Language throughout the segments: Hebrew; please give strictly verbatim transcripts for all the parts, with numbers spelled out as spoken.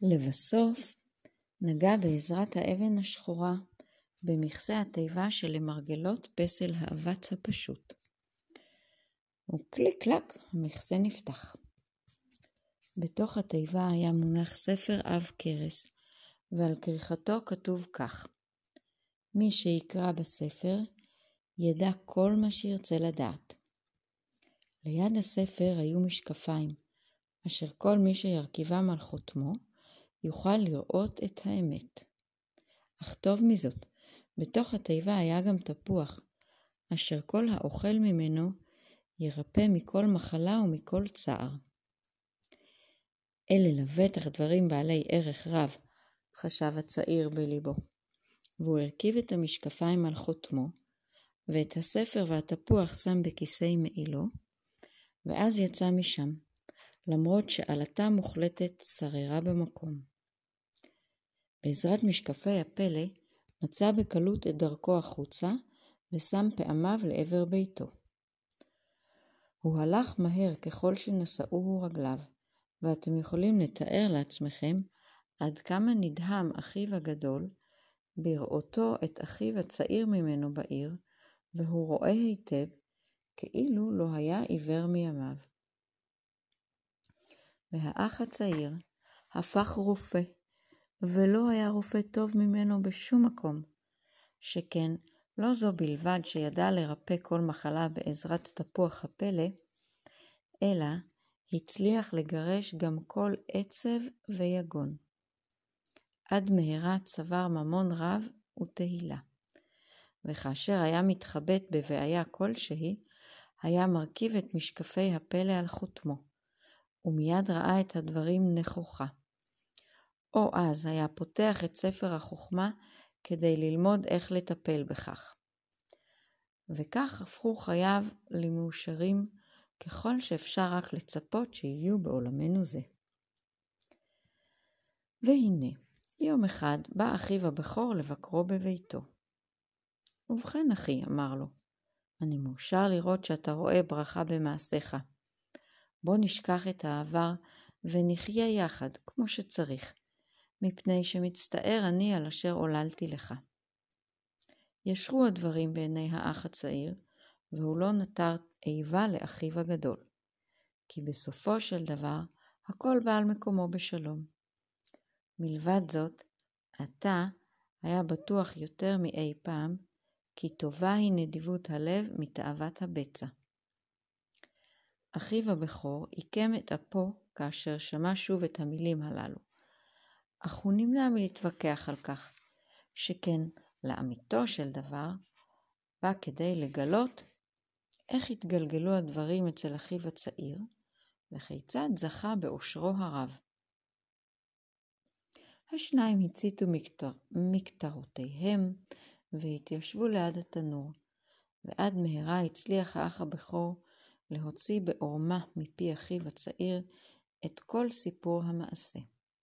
לבסוף נגע בעזרת האבן השחורה במכסה התיבה שלמרגלות פסל האבץ הפשוט. וקליק קלק המכסה נפתח. בתוך התיבה היה מונח ספר עב כרס, ועל כריכתו כתוב כך: מי שיקרא בספר ידע כל מה שירצה לדעת. ליד הספר היו משקפיים, אשר כל מי שירכיבם על חותמו יוכל לראות את האמת. אך טוב מזאת, בתוך התיבה היה גם תפוח, אשר כל האוכל ממנו ירפא מכל מחלה ומכל צער. אלה לבטח דברים בעלי ערך רב, חשב הצעיר בליבו, והוא הרכיב את המשקפיים על חותמו, ואת הספר והתפוח שם בכיסא מעילו, ואז יצא משם, למרות שעלתה מוחלטת שררה במקום. בעזרת משקפי הפלא, מצא בקלות את דרכו החוצה, ושם פעמיו לעבר ביתו. הוא הלך מהר ככל שנשאוהו רגליו, ואתם יכולים לתאר לעצמכם עד כמה נדהם אחיו הגדול בראותו את אחיו הצעיר ממנו בעיר, והוא רואה היטב כאילו לא היה עיוור מימיו. והאח הצעיר הפך רופא, ולא היה רופא טוב ממנו בשום מקום, שכן לא זו בלבד שידע לרפא כל מחלה בעזרת תפוח הפלא, אלא הצליח לגרש גם כל עצב ויגון. עד מהרה צבר ממון רב ותהילה, וכאשר היה מתחבט בבעיה כלשהי, היה מרכיב את משקפי הפלא על חותמו, ומיד ראה את הדברים נכוחה. או אז היה פותח את ספר החוכמה כדי ללמוד איך לטפל בכך. וכך הפכו חייו למאושרים ככל שאפשר רק לצפות שיהיו בעולמנו זה. והנה, יום אחד בא אחיו הבכור לבקרו בביתו. ובכן אחי, אמר לו, אני מאושר לראות שאתה רואה ברכה במעשיך. בוא נשכח את העבר ונחיה יחד כמו שצריך, מפני שמצטער אני על אשר עוללתי לך. ישרו הדברים בעיני האח הצעיר, והוא לא נותר איבה לאחיו הגדול, כי בסופו של דבר הכל בא על מקומו בשלום. מלבד זאת, עתה היה בטוח יותר מאי פעם, כי טובה היא נדיבות הלב מתאוות הבצע. אחיו הבכור עיקם את אפו כאשר שמע שוב את המילים הללו, אך הוא נמנע מלהתווכח על כך, שכן לאמיתו של דבר בא כדי לגלות איך התגלגלו הדברים אצל אחיו הצעיר, וכיצד זכה באושרו הרב. השניים הציתו מקטר, מקטרותיהם והתיישבו ליד התנור, ועד מהרה הצליח האח הבכור להוציא בעורמה מפי אחיו הצעיר את כל סיפור המעשה.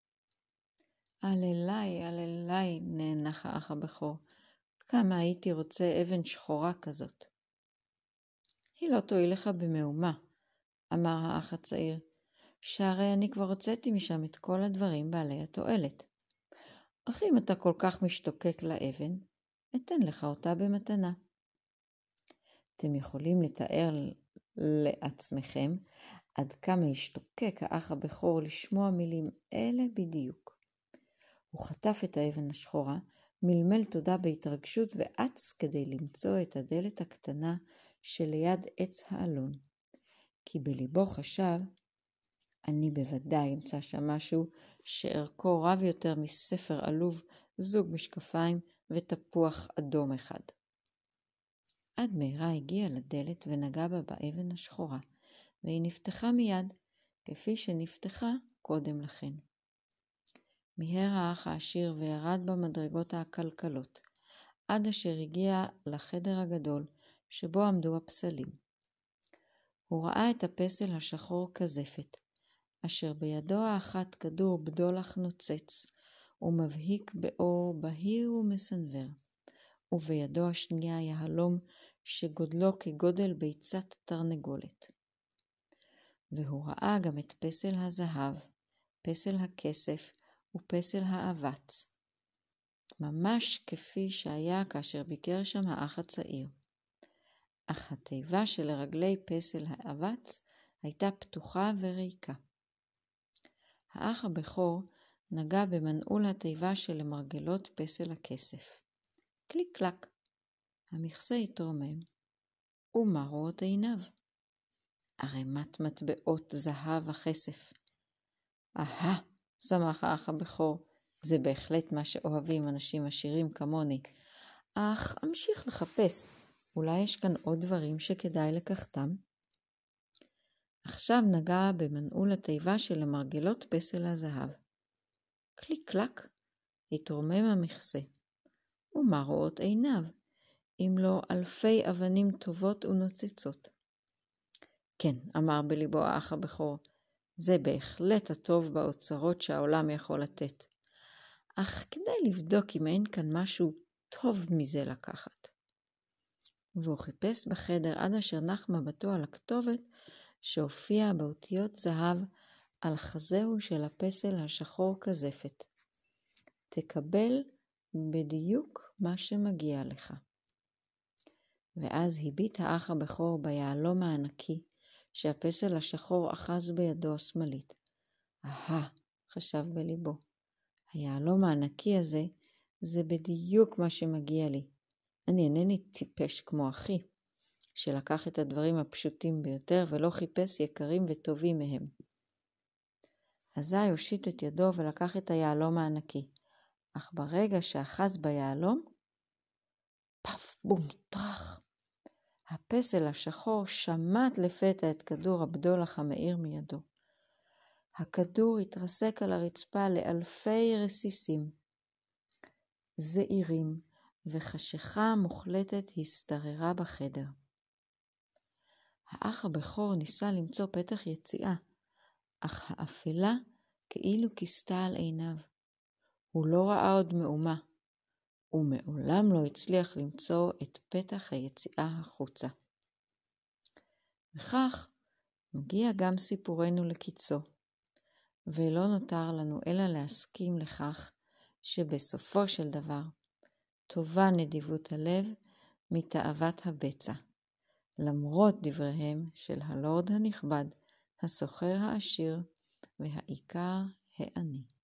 אללי, אללי, נאנח האח הבכור, כמה הייתי רוצה אבן שחורה כזאת. היא לא תועיל לך במאומה, אמר האח הצעיר, שהרי אני כבר הוצאתי משם את כל הדברים בעלי התועלת. אך אם אתה כל כך משתוקק לאבן, אתן לך אותה במתנה. אתם יכולים לתאר לעצמכם עד כמה השתוקק האח הבכור לשמוע מילים אלה בדיוק. הוא חטף את האבן השחורה, מלמל תודה בהתרגשות ואץ כדי למצוא את הדלת הקטנה שליד עץ האלון. כי בליבו חשב, אני בוודאי אמצא שם משהו שערכו רב יותר מספר עלוב, זוג משקפיים ותפוח אדום אחד. עד מהרה הגיע לדלת ונגע בה באבן השחורה, והיא נפתחה מיד, כפי שנפתחה קודם לכן. מיהר האח העשיר וירד במדרגות העקלקלות, עד אשר הגיע לחדר הגדול, שבו עמדו הפסלים. הוא ראה את הפסל השחור כזפת, אשר בידו האחת כדור בדולח נוצץ, ומבהיק באור בהיר ומסנבר, ובידו השנייה יהלום שגודלו כגודל ביצת תרנגולת. והוא ראה גם את פסל הזהב, פסל הכסף ופסל האבץ, ממש כפי שהיה כאשר ביקר שם האח הצעיר. אך התיבה שלרגלי פסל האבץ הייתה פתוחה וריקה. האח הבכור נגע במנעול התיבה שלמרגלות פסל הכסף. קליק קלק. המכסה התרומם, ומרו את עיניו. ערימת מטבעות זהב הכסף. אהה, שמח האח הבכור, זה בהחלט מה שאוהבים אנשים עשירים כמוני. אך אמשיך לחפש, אולי יש כאן עוד דברים שכדאי לקחתם? עכשיו נגע במנעול התיבה של המרגלות פסל הזהב. קליק קלק, התרומם המכסה, ומרו את עיניו, אם לא אלפי אבנים טובות ונוצצות. כן, אמר בליבו האח הבכור, זה בהחלט הטוב באוצרות שהעולם יכול לתת. אך כדאי לבדוק אם אין כאן משהו טוב מזה לקחת. והוא חיפש בחדר עד אשר נח מבטו על הכתובת שהופיע באותיות זהב על חזהו של הפסל השחור כזפת. תקבל בדיוק מה שמגיע לך. ואז הביט האח הבכור ביהלום הענקי שהפסל השחור אחז בידו השמאלית. אהה, חשב בליבו, היהלום הענקי הזה זה בדיוק מה שמגיע לי. אני אינני טיפש כמו אחי, שלקח את הדברים הפשוטים ביותר ולא חיפש יקרים וטובים מהם. אזי הושיט את ידו ולקח את היהלום הענקי, אך ברגע שאחז ביהלום, פף בום טרח, הפסל השחור שמט לפתע את כדור הבדולח המאיר מידו. הכדור התרסק על הרצפה לאלפי רסיסים. זעירים וחשיכה מוחלטת הסתררה בחדר. האח הבכור ניסה למצוא פתח יציאה, אך האפלה כאילו כיסתה על עיניו. הוא לא ראה עוד מאומה, ומעולם לא הצליח למצוא את פתח היציאה החוצה. וכך מגיע גם סיפורנו לקיצו, ולא נותר לנו אלא להסכים לכך שבסופו של דבר טובה נדיבות הלב מתאוות הבצע, למרות דבריהם של הלורד הנכבד, הסוחר העשיר והעיקר העני.